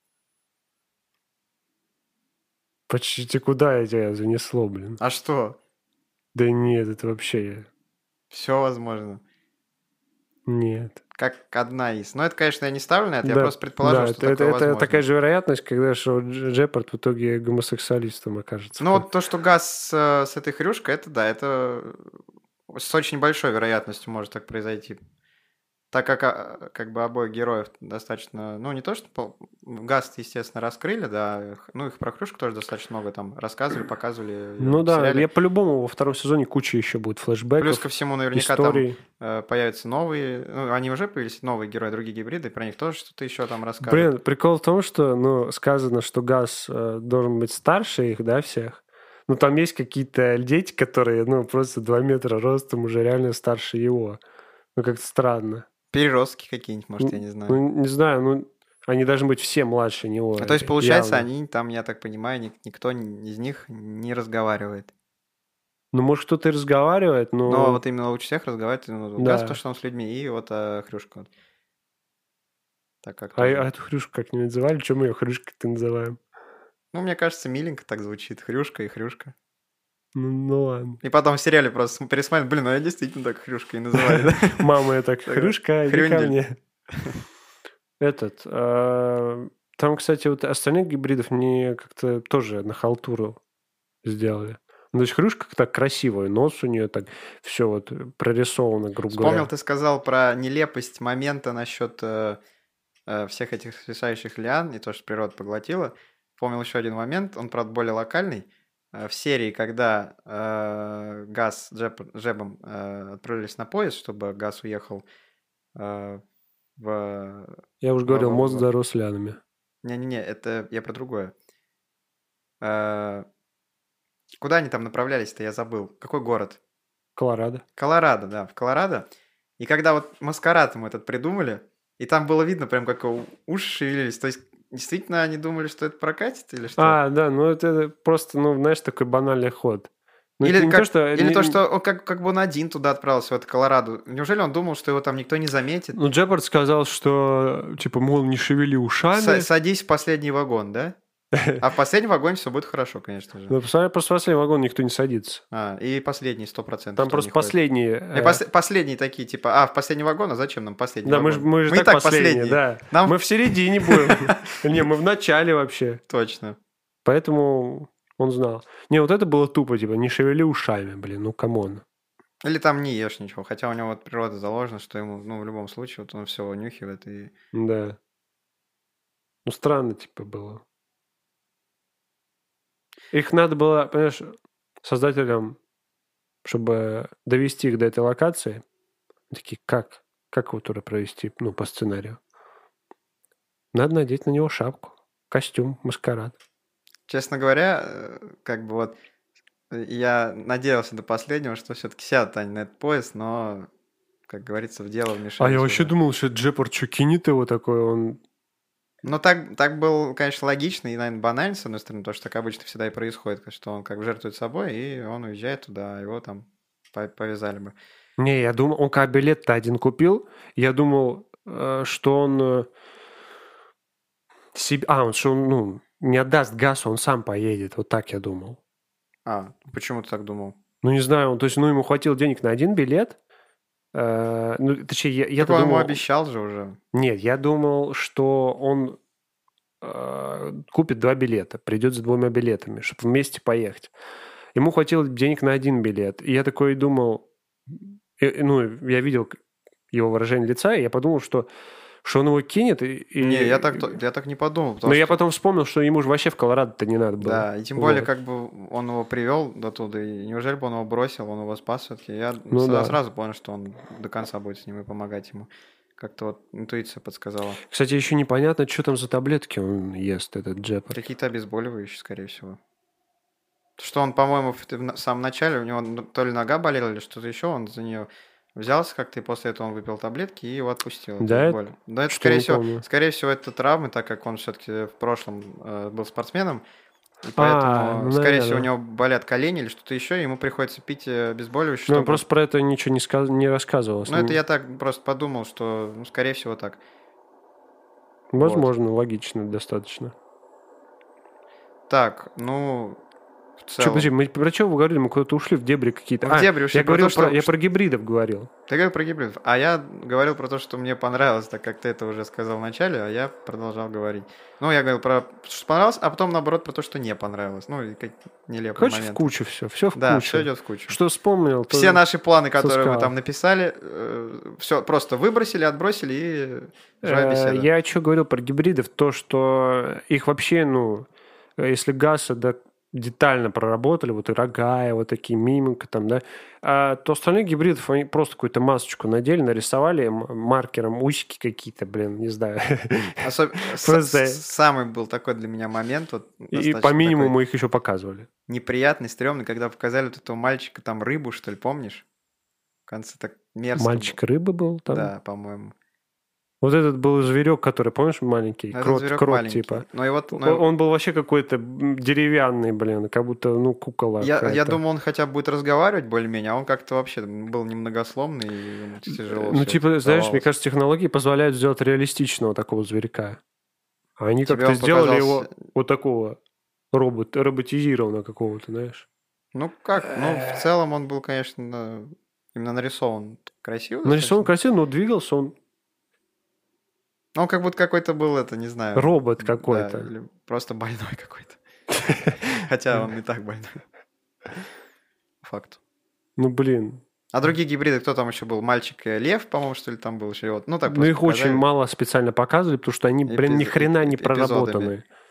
Почти куда я тебя занесло, блин? А что? Да нет, это вообще... Все возможно. Нет. Как одна из. Но это, конечно, я не ставлю на это, я Да, просто предположил, да, что это, такое это, это возможно. такая же вероятность, когда что Дж- Джепард в итоге гомосексуалистом окажется. Ну вот то, что Гас э, с этой хрюшкой, это да, это с очень большой вероятностью может так произойти. Так как а, как бы обоих героев достаточно, ну не то, что пол- Гас, естественно, раскрыли, да, их- ну их про хрюшку тоже достаточно много там рассказывали, показывали. её Ну в да, сериале. я по-любому во втором сезоне куча еще будет флешбеков, Плюс ко всему, наверняка историй. там э, появятся новые, ну они уже появились, новые герои, другие гибриды, про них тоже что-то еще там рассказывают. Блин, прикол в том, что, ну, сказано, что Газ э, должен быть старше их, да, всех. Ну, там есть какие-то дети, которые, ну, просто два метра ростом, уже реально старше его. Ну, как-то странно. Переростки какие-нибудь, может, я не знаю. Ну, не знаю, ну, они должны быть все младше него. А то есть, получается, явно. они там, я так понимаю, ник- никто н- из них не разговаривает. Ну, может, кто-то и разговаривает, но... Но вот именно лучше всех разговаривать, ну, Да. Газ, то, что он с людьми, и вот э, Хрюшка. вот. Так как А, тоже. а эту хрюшку как не называли? Чем мы ее хрюшкой-то называем? Ну, мне кажется, миленько так звучит. Хрюшка и Хрюшка. Ну, ну ладно. И потом в сериале просто пересмотрят, блин, ну я действительно так Хрюшка и называли, да? Мама я так, хрюшка, иди ко Хрюндель. мне. Этот... а, Там, кстати, вот остальных гибридов мне как-то тоже на халтуру сделали. Ну, то есть хрюшка так красивая, нос у нее так все вот прорисовано, грубо Вспомнил, говоря. ты сказал про нелепость момента насчет э, э, всех этих свисающих лиан и то, что природа поглотила. Помнил еще один момент, он, правда, более локальный. э, в серии, когда э, Газ с Джеб- Джебом э, отправились на поезд, чтобы Газ уехал э, в... Я уже в- говорил, в- мост в- зарос лианами. Не-не-не, это я про другое. Э, Куда они там направлялись-то, я забыл. Какой город? Колорадо. Колорадо, да, в Колорадо. И когда вот маскарад мы этот придумали, и там было видно прям, как у- уши шевелились, то есть действительно они думали, что это прокатит или что? А, да, ну это просто, ну, знаешь, такой банальный ход. Ну, это Или, не как, то, что... или не- то, что он как, как бы он один туда отправился, в это Колорадо. Неужели он думал, что его там никто не заметит? Ну, Джепард сказал, что, типа, мол, не шевели Са- ушами. садись в последний вагон, да? А в последнем вагоне все будет хорошо, конечно же. Ну, посмотри, просто в последний вагон никто не садится. А, и последний, сто процентов. Там просто последние... И э, пос- последние такие, типа, а, в последний вагон, а зачем нам последний Да, мы вагон? же мы же и так последние, да. Нам... Мы в середине будем. Не, мы в начале вообще. Точно. Поэтому он знал. Не, вот это было тупо, типа, не шевели ушами, блин, ну, камон. Или там не ешь ничего, хотя у него вот природа заложена, что ему, ну, в любом случае, вот он все унюхивает и... Да. Ну, странно, типа, было. Их надо было, понимаешь, создателям, чтобы довести их до этой локации. Они такие, как? Как его туда провести, ну, по сценарию? Надо надеть на него шапку, костюм, маскарад. Честно говоря, э, как бы вот э, я надеялся до последнего, что все-таки сядут они на этот поезд, но, как говорится, в дело вмешались. А я вообще уже. думал, что Джепард что, кинет его такой, он... Ну, так, так был, конечно, логично и, наверное, банально, с одной стороны, потому что так обычно всегда и происходит, что он как бы жертвует собой, и он уезжает туда, а его там по- повязали бы. Не, я думал, он когда билет-то один купил, я думал, э, что он... э, себе... А, он, что он, ну, не отдаст газу, он сам поедет. Вот так я думал. А, почему ты так думал? Ну, не знаю, он, то есть, ну, ему хватило денег на один билет. Э, ну, точнее, я, я Так он думал... ему обещал же уже. Нет, я думал, что он э, купит два билета, придет за двумя билетами, чтобы вместе поехать. Ему хватило денег на один билет. И я такой думал... и- ну, я видел его выражение лица, и я подумал, что, что он его кинет. И, и- Не, я так, то- я так не подумал. Но Потому я что... потом вспомнил, что ему же вообще в Колорадо-то не надо было. Да, и тем Вот. более, как бы он его привел до туда, и неужели бы он его бросил, он его спас все-таки. Я Ну сразу, да. сразу понял, что он до конца будет с ним и помогать ему. Как-то вот интуиция подсказала. Кстати, еще непонятно, что там за таблетки он ест, этот Джепард. Какие-то обезболивающие, скорее всего. Что он, по-моему, в, в самом начале, у него ну, то ли нога болела, или что-то еще, он за нее взялся как-то, и после этого он выпил таблетки и его отпустил. эту Да? боль. Да, это, Что скорее не всего, помню. скорее всего, это травмы, так как он все-таки в прошлом э, был спортсменом, и поэтому, А, ну, скорее всего, у наверное. него болят колени или что-то еще, и ему приходится пить э, обезболивающее, Ну, чтобы... просто про это ничего не, сказ... не рассказывалось. Ну, это я так просто подумал, что, ну, скорее всего, так. Возможно, логично достаточно. Так, ну, в Че, целом... подожди, мы про что вы говорили? Мы куда-то ушли в дебри какие-то. Мы в А, дебри ушли я, про говорил то, что- про, я про гибридов говорил. Ты говорил про гибридов, а я говорил про то, что мне понравилось, так как ты это уже сказал в начале, а я продолжал говорить. Ну, я говорил про то, что понравилось, а потом, наоборот, про то, что не понравилось. Ну, и как нелепый Короче, в момент. кучу все. Все в Да, кучу. все идет в кучу. Что вспомнил, то... Все наши планы, которые мы сказал. там написали, все просто выбросили, отбросили и живая Э, беседа. Я что говорил про гибридов, то, что их вообще, ну, если Гаса да, детально проработали, вот и рога, и вот такие мимика там, да, а, то остальных гибридов они просто какую-то масочку надели, нарисовали м- маркером усики какие-то, блин, не знаю. Особ- с- Просто- с- Самый был такой для меня момент, вот, И достаточно по минимуму такой их еще показывали. неприятный, стрёмный, когда показали вот этого мальчика, там рыбу, что ли, помнишь? В конце так мерзко было. Мальчик рыба был там. Да, по-моему. Вот этот был зверек, который, помнишь, маленький? Этот Крот, зверек крот маленький. типа. Но его, Он, но он был вообще какой-то м, деревянный, блин, как будто, ну, кукола. я, я какая-то. думал, он хотя бы будет разговаривать более-менее, а он как-то вообще был немногословный, и ему тяжело. Ну, всё типа, это знаешь, мне давалось. кажется, технологии позволяют сделать реалистичного такого зверька. А они Тебе как-то он сделали показался- его вот такого робот, роботизированного какого-то, знаешь. Ну как, ну в целом он был, конечно, именно нарисован красиво. Нарисован достаточно. красиво, но двигался он Ну, он как будто какой-то был, это, не знаю. робот да, какой-то. или просто больной какой-то. Хотя он не так больной. Факт. Ну, блин. А другие гибриды, кто там еще был? Мальчик-лев, по-моему, что ли, там был еще? Вот. Ну, так Ну, просто их очень показали. мало специально показывали, потому что они, блин, ни Эпизо- хрена не эпизодами. проработаны.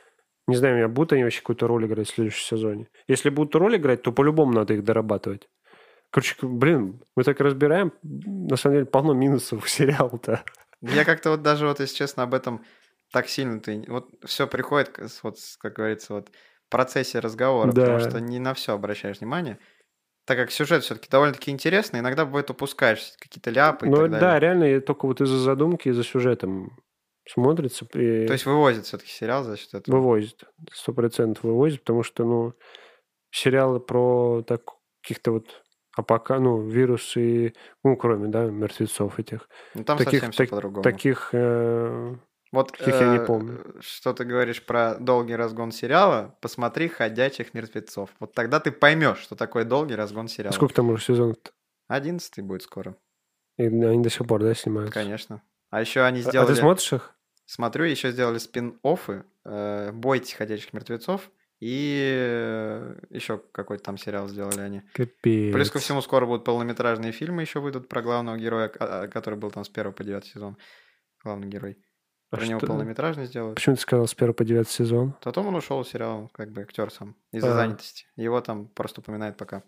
Не знаю, будут они вообще какую-то роль играть в следующем сезоне. Если будут роль играть, то по-любому надо их дорабатывать. Короче, блин, мы так разбираем, на самом деле полно минусов у сериала-то. Я как-то вот даже, вот, если честно, об этом так сильно ты... Вот все приходит, к- с- вот, с, как говорится, вот в процессе разговора, потому Да. что не на все обращаешь внимание. Так как сюжет все-таки довольно-таки интересный, иногда бывает упускаешь какие-то ляпы и Ну так да, далее. реально и только вот из-за задумки, из-за сюжета смотрится То и есть вывозит все-таки сериал за счет этого. вывозит. Сто процентов вывозит, потому что, ну, сериалы про так, каких-то вот апока, ну, вирусы, ну, кроме, да, мертвецов этих. Ну там Таких, совсем все так- по-другому. таких, э, Вот таких я не э, помню. что ты говоришь про долгий разгон сериала, посмотри «Ходячих мертвецов». Вот тогда ты поймешь, что такое долгий разгон сериала. Сколько там уже сезонов-то? Одиннадцатый будет скоро, И они до сих пор, да, снимаются? конечно. А еще они А- А ты сделали... смотришь их? Смотрю, еще сделали спин-оффы э, «Бойтесь ходячих мертвецов» и э, еще какой-то там сериал сделали они. Капец. Плюс ко всему скоро будут полнометражные фильмы еще выйдут про главного героя, а- а, который был там с первого по девятый сезон. Главный герой. А Про него что- полнометражный сделают. Почему ты сказал с первого по девятый сезон? Потом он ушел из сериала, как бы актер сам, из-за А. занятости. Его там просто упоминают пока.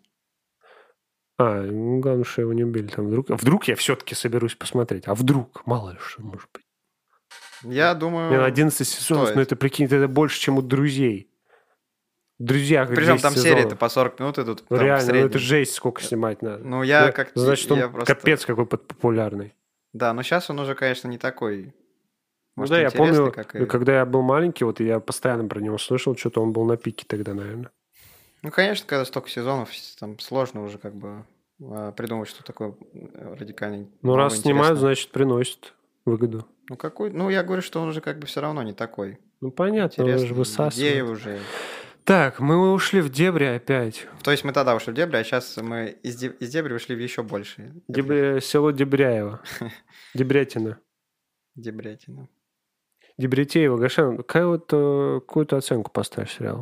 А, ну, главное, что его не убили там вдруг. А вдруг я все-таки соберусь посмотреть? А вдруг? Мало ли что может быть. Я думаю... Мне на одиннадцать сезонов, стоит. ну это, прикинь, это больше, чем у друзей. В «Друзьях» Причем десять там сезонов. серии-то по сорок минут идут. Ну там, в реально, ну это среднем. жесть, сколько снимать надо. Ну, я Ну, как... Значит, он я просто... капец какой под- популярный. Да, но сейчас он уже, конечно, не такой... Ну Может, да, я интересный, помню, как и- когда я был маленький, вот я постоянно про него слышал, что-то он был на пике тогда, наверное. Ну, конечно, когда столько сезонов, там сложно уже как бы а, придумать, что такое э, радикальный. Ну новое, раз снимают, интересное. значит, приносит выгоду. Ну, какой... Ну, я говорю, что он уже как бы все равно не такой. Ну понятно, он же Интересный. Идеи высасывает. уже... Так, мы ушли в дебри опять. То есть мы тогда ушли в дебри, а сейчас мы из, де- из дебри ушли в еще большие. Дебри- Село Дебряево. Дебрятина. Дебрятина. Дебретеево. Гошан, какая вот, э, какую-то оценку поставишь сериалу?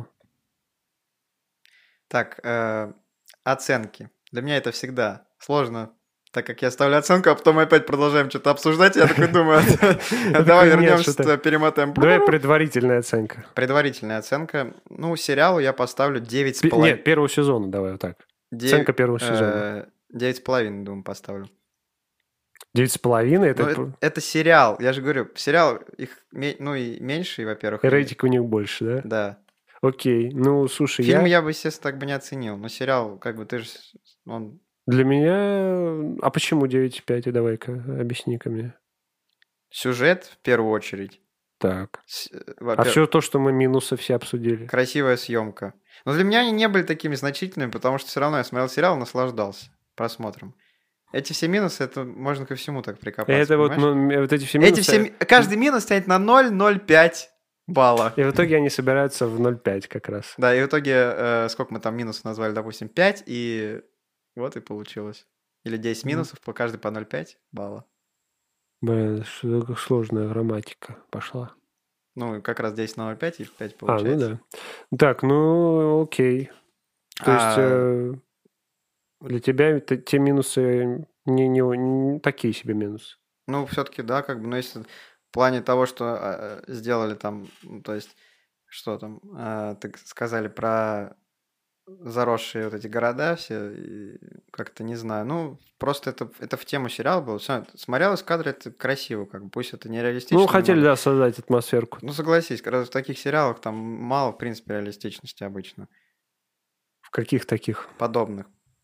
Так, э, оценки. Для меня это всегда сложно, так как я ставлю оценку, а потом мы опять продолжаем что-то обсуждать. Я такой думаю, а давай Нет, вернемся, что-то- перемотаем. Давай предварительная оценка. Предварительная оценка. Ну, сериалу я поставлю девять с Пи- половиной. Нет, первого сезона давай вот так. Оценка первого сезона. э, девять с половиной, думаю, поставлю. Девять с половиной, это Ну, это, это сериал, я же говорю, сериал их, ме- ну, и меньше, во-первых. и- рейтинг у них больше, да? Да. Окей. Ну, слушай, Фильм я... я бы, естественно, так бы не оценил, но сериал, как бы, ты же, он... Для меня... А почему девять и пять? Давай-ка, объясни-ка мне. Сюжет, в первую очередь. Так. С- э, А во-пер- все то, что мы минусы все обсудили. Красивая съемка. Но для меня они не были такими значительными, потому что все равно я смотрел сериал, наслаждался просмотром. Эти все минусы, это можно ко всему так прикопаться. Это вот, понимаешь? ну, вот эти все Эти минусы... все, ми- каждый минус тянет на ноль целых ноль пять балла. И в итоге они собираются в ноль целых пять как раз. Да, и в итоге, э, сколько мы там минусов назвали, допустим, пять, и вот и получилось. Или десять Мгм. минусов, по каждый по ноль целых пять балла. Блин, что такая сложная грамматика пошла. Ну, как раз десять на ноль целых пять и пять А, ну получается. да. Так, ну окей. То есть А, э, для тебя это- те минусы не, не, не такие себе минусы. Ну, все-таки, да, как бы, но если в плане того, что э, сделали там, ну, то есть, что там, э, так сказали про заросшие вот эти города все, и как-то не знаю, ну, просто это, это в тему сериала было. Всё, смотрелось в кадре, это красиво, как бы, пусть это не реалистично. Ну, хотели, немного. да, создать атмосферку. Ну, согласись, когда в таких сериалах там мало, в принципе, реалистичности обычно, В каких таких? подобных.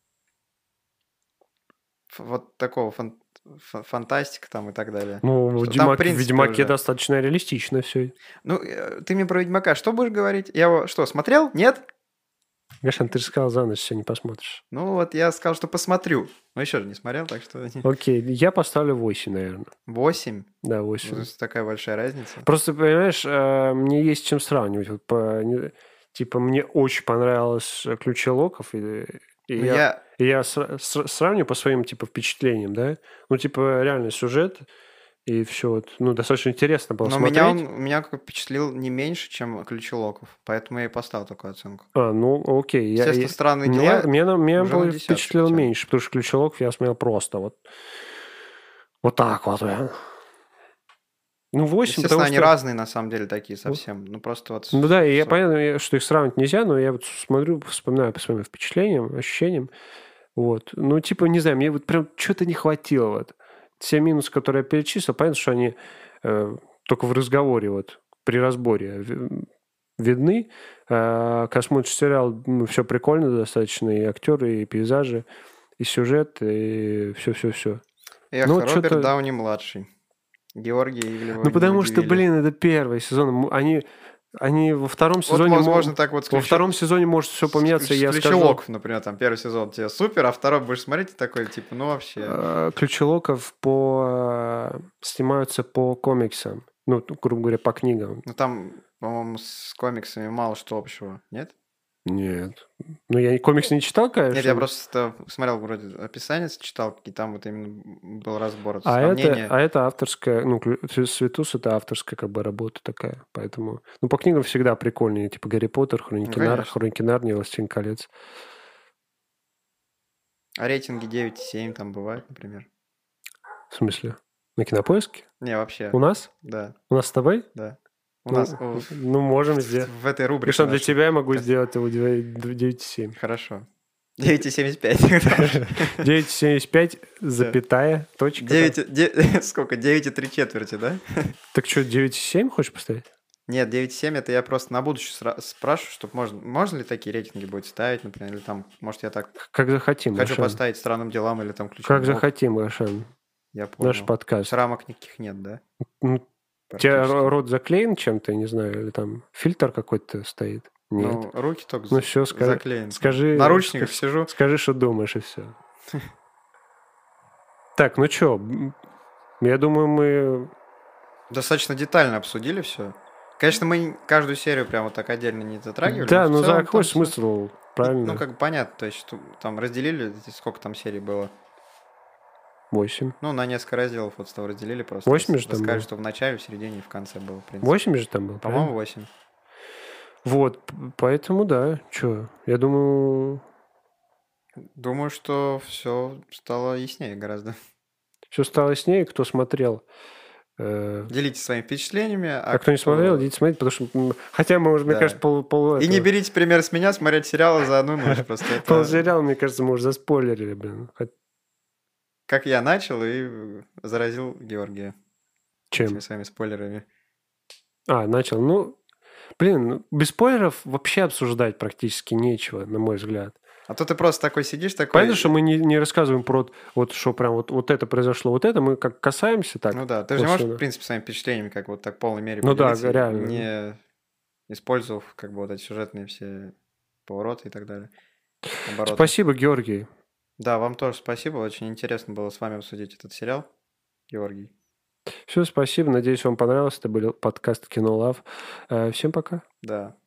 Ф- Вот такого фан- фа- фантастика там и так далее. Ну, в, Что там, в Ведьмак- в принципе, Ведьмаке уже. достаточно реалистично все. Ну, э, ты мне про Ведьмака что будешь говорить? Я его что, смотрел? Нет? Гашан, ты же сказал, за ночь все не посмотришь. Ну, вот я сказал, что посмотрю. Но еще же не смотрел, так что... Окей, я поставлю восемь, наверное. Восемь? Да, Ну, восемь. то есть такая большая разница. Просто, понимаешь, э, мне есть чем сравнивать. Вот по, не- типа, мне очень понравилось э, «Ключи Локов», и, и Ну, я, я... и я сра- сра- сравню по своим, типа, впечатлениям, да? Ну, типа, реальный сюжет, и все вот, ну, достаточно интересно было Но смотреть. меня он меня как бы впечатлил не меньше, чем «Ключи Локов». Поэтому я и поставил такую оценку. А, ну, окей. Я, Естественно, я- «Странные меня, дела». меня, меня уже было на десяточку впечатлило тянет. меньше, потому что «Ключи Локов» я смотрел просто вот, вот так вот. прям. Ну, восемь, Естественно, потому они что... разные, на самом деле, такие совсем. Ну, просто вот... Ну да, и я с- понятно, что их сравнивать нельзя, но я вот смотрю, вспоминаю по своим впечатлениям, ощущениям. Вот. Ну, типа, не знаю, мне вот прям что-то не хватило. Вот. Все минусы, которые я перечислил, понятно, что они э, только в разговоре, вот, при разборе ви- видны. А, когда смотришь сериал, ну, все прикольно достаточно, и актеры, и пейзажи, и сюжет, и все-все-все. Эх, Ну, вот Роберт что-то... Дауни-младший. Георгия Ивлева Ну, не потому что, удивили. блин, это первый сезон. М, Они, они во втором Вот, сезоне... мо- возможно, так вот с Во ключ- втором сезоне может все с поменяться, и ключ- с я скажу... ключелоков, например, там первый сезон тебе супер, а второй будешь смотреть и такой, типа, ну вообще. э, Ключелоков по... э, снимаются по комиксам. Ну, т- грубо говоря, по книгам. Ну там, по-моему, с комиксами мало что общего, нет? Нет. Ну, я комикс не читал, конечно. Нет, я просто смотрел вроде описание, читал, и там вот именно был разбор, А это, сравнение. а это авторская, ну, Клю- Светус это авторская как бы работа такая, поэтому... Ну, по книгам всегда прикольнее, типа Гарри Поттер, Хроники, Ну, Нар... конечно. Хроники Нарнии, Властелин колец. А рейтинги девять и семь там бывают, например. В смысле? На Кинопоиске? Не, вообще, У нас? да, У нас с тобой? да. У Ну, нас у- ну, можем в, сделать. в этой И рубрике что, для нашей. тебя я могу Как- сделать его девять и семь. Хорошо. девять и семьдесят пять. девять и семьдесят пять, запятая, точка. там. девять, де- сколько? девять и три четверти, да? Так что, девять и семь хочешь поставить? Нет, девять и семь это я просто на будущее сра- спрашиваю, чтобы можно, можно ли такие рейтинги будет ставить, например, или там, может, я так Как захотим, хочу Гошан. поставить странным делам или там ключом. Как захотим, Гошан. Я понял. Наш подкаст. Рамок никаких нет, да? Ну, у тебя Практически. ро- рот заклеен чем-то, я не знаю, или там фильтр какой-то стоит? Нет. Ну, руки только Ну за- все, скажи, заклеены. скажи, В наручниках ска- сижу. скажи, что думаешь, и все. Так, ну что, я думаю, мы... Достаточно детально обсудили все. Конечно, мы каждую серию прямо вот так отдельно не затрагивали. Да, но в ну за целом какой там всё- смысл, правильно? Ну, как бы понятно, то есть что там разделили, эти- сколько там серий было. Восемь. Ну, на несколько разделов вот с того разделили просто. Восемь рас- же там Рассказали, было. что в начале, в середине и в конце было, в принципе. Восемь же там был, По-моему, правильно? восемь. Вот, п- поэтому да, что, я думаю, Думаю, что все стало яснее гораздо. все стало яснее, кто смотрел. э, Делитесь своими впечатлениями. А, А кто не смотрел, идите смотреть, потому что... м, Хотя мы уже, мне Да. кажется, пол... пол И не этого- берите пример с меня, смотреть сериалы за одну ночь. Просто это полсериала, мне кажется, мы уже заспойлерили, блин. Хот- как я начал и заразил Георгия Чем? этими своими спойлерами. А, начал. Ну, блин, ну, без спойлеров вообще обсуждать практически нечего, на мой взгляд. А то ты просто такой сидишь, такой... Понятно, что мы не, не рассказываем про вот что прям вот, вот это произошло, вот это, мы как касаемся так. Ну да, ты же не можешь, косвенно. в принципе, своими впечатлениями как вот так в полной мере Ну да, поделиться, реально. не использовав как бы вот эти сюжетные все повороты и так далее. Обороты. Спасибо, Георгий. Да, вам тоже спасибо. Очень интересно было с вами обсудить этот сериал, Георгий. Все, спасибо. Надеюсь, вам понравилось. Это был подкаст Кино Лав. Э, Всем пока. Да.